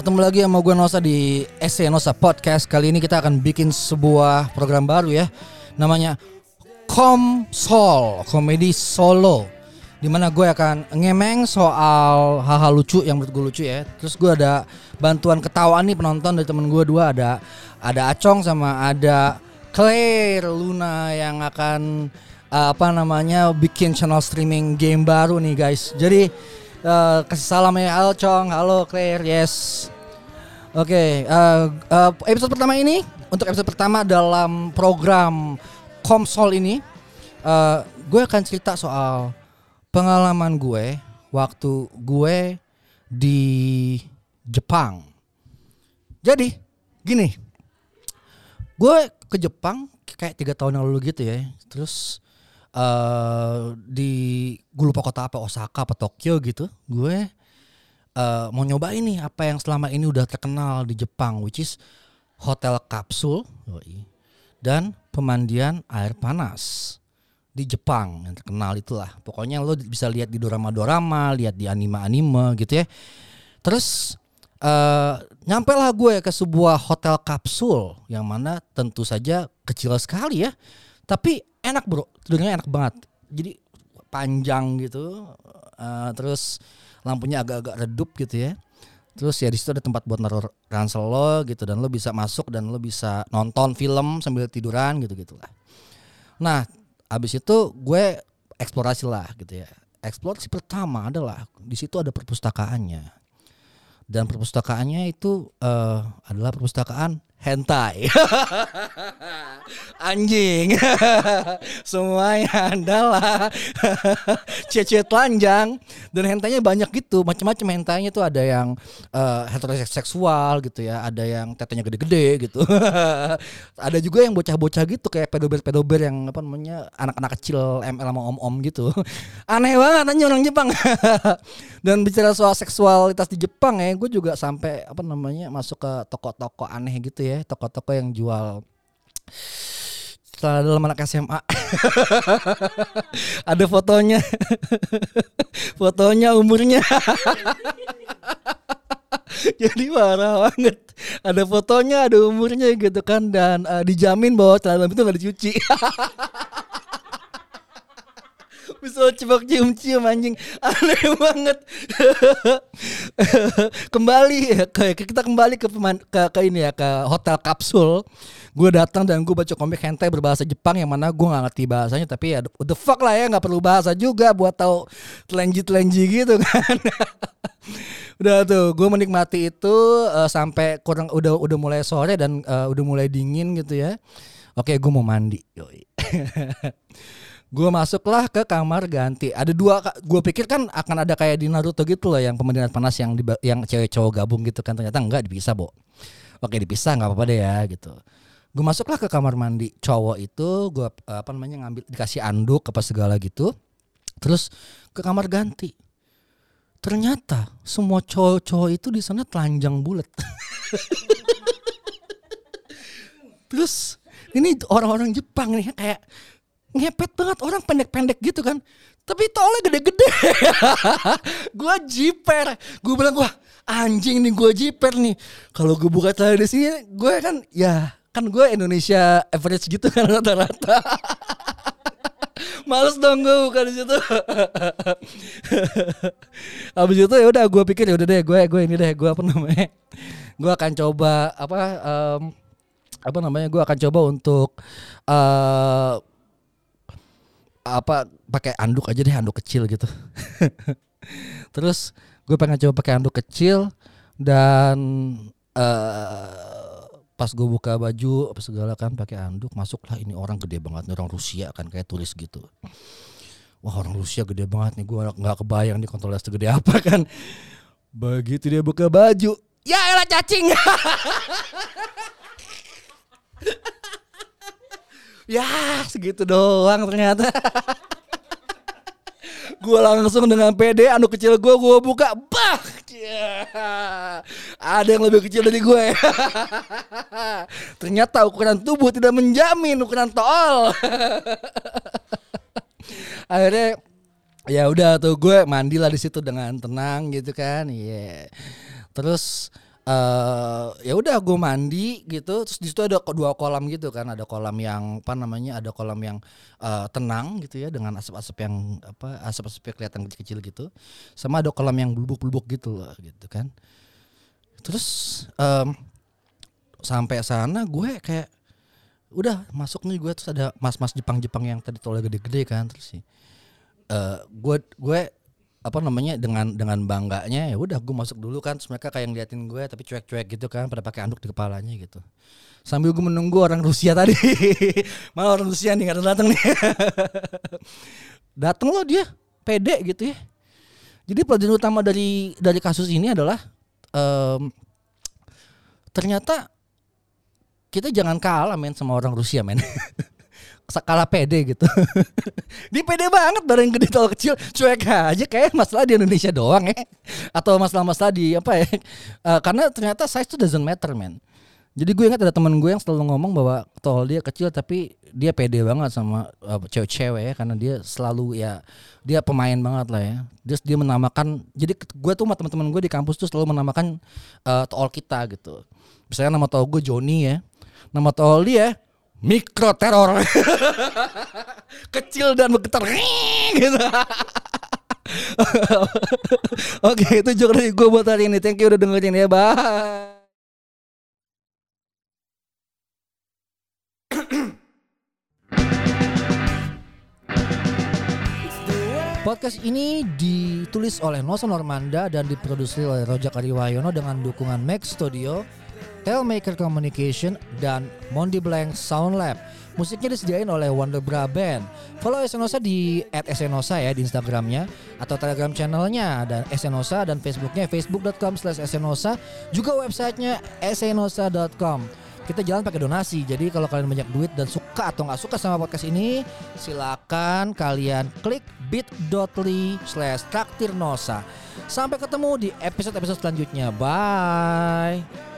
ketemu lagi sama gue Nosa di SC Nosa Podcast. Kali ini kita akan bikin sebuah program baru ya, namanya Komsol, komedi solo, dimana gue akan ngemeng soal hal-hal lucu yang menurut gue lucu ya. Terus gue ada bantuan ketawaan nih penonton dari temen gue dua, ada Acong sama ada Claire Luna yang akan bikin channel streaming game baru nih guys. Jadi kasih salam ya. Halo Cong, halo Claire, yes. Oke, episode pertama ini, untuk episode pertama dalam program Komsol ini, gue akan cerita soal pengalaman gue waktu gue di Jepang. Jadi gini, gue ke Jepang kayak 3 tahun yang lalu gitu ya. Terus gue lupa kota apa, Osaka apa Tokyo gitu. Gue mau nyobain nih apa yang selama ini udah terkenal di Jepang, which is hotel kapsul dan pemandian air panas di Jepang yang terkenal itulah. Pokoknya lo bisa lihat di dorama-dorama, lihat di anime-anime gitu ya. Terus nyampe lah gue ke sebuah hotel kapsul yang mana tentu saja kecil sekali ya, tapi enak bro, tidurnya enak banget. Jadi panjang gitu, terus lampunya agak-agak redup gitu ya. Terus ya di situ ada tempat buat naruh ransel lo gitu, dan lo bisa masuk dan lo bisa nonton film sambil tiduran gitu-gitulah. Nah, abis itu gue eksplorasi lah gitu ya. Eksplorasi pertama adalah di situ ada perpustakaannya. Dan perpustakaannya itu adalah perpustakaan hentai. Anjing. Semuanya adalah cewek telanjang, dan hentainya banyak gitu, macam-macam hentainya tuh. Ada yang heteroseksual gitu ya, ada yang tetenya gede-gede gitu. Ada juga yang bocah-bocah gitu, kayak pedober yang anak-anak kecil ML sama om-om gitu. Aneh banget aja orang Jepang. Dan bicara soal seksualitas di Jepang ya, gue juga sampai masuk ke toko-toko aneh gitu ya, toko-toko yang jual celana dalam anak SMA. Ada fotonya. Fotonya, umurnya. Jadi parah banget. Ada fotonya, ada umurnya gitu kan, dan dijamin bahwa celana dalam itu gak dicuci. Bisa coba cium-cium anjing, aneh banget. Kita kembali ke ini ya, ke hotel kapsul. Gue datang dan gue baca komik hentai berbahasa Jepang yang mana gue nggak ngerti bahasanya, tapi ya what the fuck lah ya, nggak perlu bahasa juga buat tahu telenji gitu kan. Udah tuh gue menikmati itu sampai udah mulai sore dan udah mulai dingin gitu ya. Oke, gue mau mandi. Gue masuklah ke kamar ganti. Ada 2, gue pikir kan akan ada kayak di Naruto gitu loh, yang pemandian panas yang cewek cowok gabung gitu kan. Ternyata enggak, dipisah, Bo. Oke, dipisah, enggak apa-apa deh ya gitu. Gue masuklah ke kamar mandi cowok itu, gue ngambil, dikasih anduk apa segala gitu. Terus ke kamar ganti. Ternyata semua cowok-cowok itu di sana telanjang bulat. Terus ini orang-orang Jepang nih kayak ngepet banget, orang pendek-pendek gitu kan, tapi tolnya gede-gede. Gue jiper, gue bilang, wah anjing nih, gue jiper nih. Kalau gue buka celana di sini, gue kan gue Indonesia average gitu kan rata-rata. Males dong gue buka di situ. Abis itu ya udah, gue pikir ya udah deh, gue akan coba gue akan coba untuk pakai anduk aja deh, anduk kecil gitu. Terus gue pengen coba pakai anduk kecil, dan pas gue buka baju apa segala kan pakai anduk, masuklah ini orang gede banget nih, orang Rusia kan, kayak turis gitu. Wah, orang Rusia gede banget nih, gue nggak kebayang nih kontrolnya segede apa kan. Begitu dia buka baju, ya elah cacing. Ya segitu doang ternyata. Gue langsung dengan pede, anduk kecil gue buka, bah, ada yang lebih kecil dari gue. Ternyata ukuran tubuh tidak menjamin ukuran tol. Akhirnya ya udah tuh gue mandilah di situ dengan tenang gitu kan. Iya. Yeah. Terus Ya udah gue mandi gitu, terus di situ ada 2 kolam gitu kan, ada kolam yang apa namanya, ada kolam yang tenang gitu ya dengan asap-asap yang asap-asapnya kelihatan kecil-kecil gitu, sama ada kolam yang blubuk-blubuk gitu loh gitu kan. Terus sampai sana gue kayak udah masuk nih gue, terus ada mas-mas Jepang yang tadi tolnya gede-gede kan, terus sih gue apa namanya dengan bangganya ya udah gue masuk dulu kan, terus mereka kayak ngeliatin gue tapi cuek-cuek gitu kan, pada pakai anduk di kepalanya gitu sambil gue menunggu orang Rusia tadi. Malah orang Rusia nih nggak datang nih. Datang loh dia pede gitu ya. Jadi pelajaran utama dari kasus ini adalah ternyata kita jangan kalah men sama orang Rusia men. Kalah pede gitu. Dia pede banget bareng gede tol kecil, cuek aja kayak masalah di Indonesia doang ya. Atau masalah-masalah di apa ya. Karena ternyata size itu doesn't matter man. Jadi gue ingat ada teman gue yang selalu ngomong bahwa tol dia kecil tapi dia pede banget sama cewek-cewek ya, karena dia selalu ya dia pemain banget lah ya. Dia menamakan, jadi gue tuh sama teman-teman gue di kampus tuh selalu menamakan tol kita gitu. Misalnya nama tol gue Joni ya. Nama tol dia Mikro Teror. Kecil dan bergetar gitu. Oke, itu joke dari gue buat hari ini. Thank you udah dengerin ya. Bye. Podcast ini ditulis oleh Nosa Normanda dan diproduksi oleh Rojak Ariwayono dengan dukungan Max Studio, Telmaker Communication, dan Mondi Blank Sound Lab. Musiknya disediain oleh Wonderbra Band. Follow Esenosa di @esenosa ya di Instagramnya atau Telegram channelnya dan Esenosa, dan Facebooknya facebook.com/esenosa, juga websitenya esenosa.com. Kita jalan pakai donasi, jadi kalau kalian banyak duit dan suka atau gak suka sama podcast ini, silakan kalian klik bit.ly/traktirnosa. Sampai ketemu di episode-episode selanjutnya. Bye.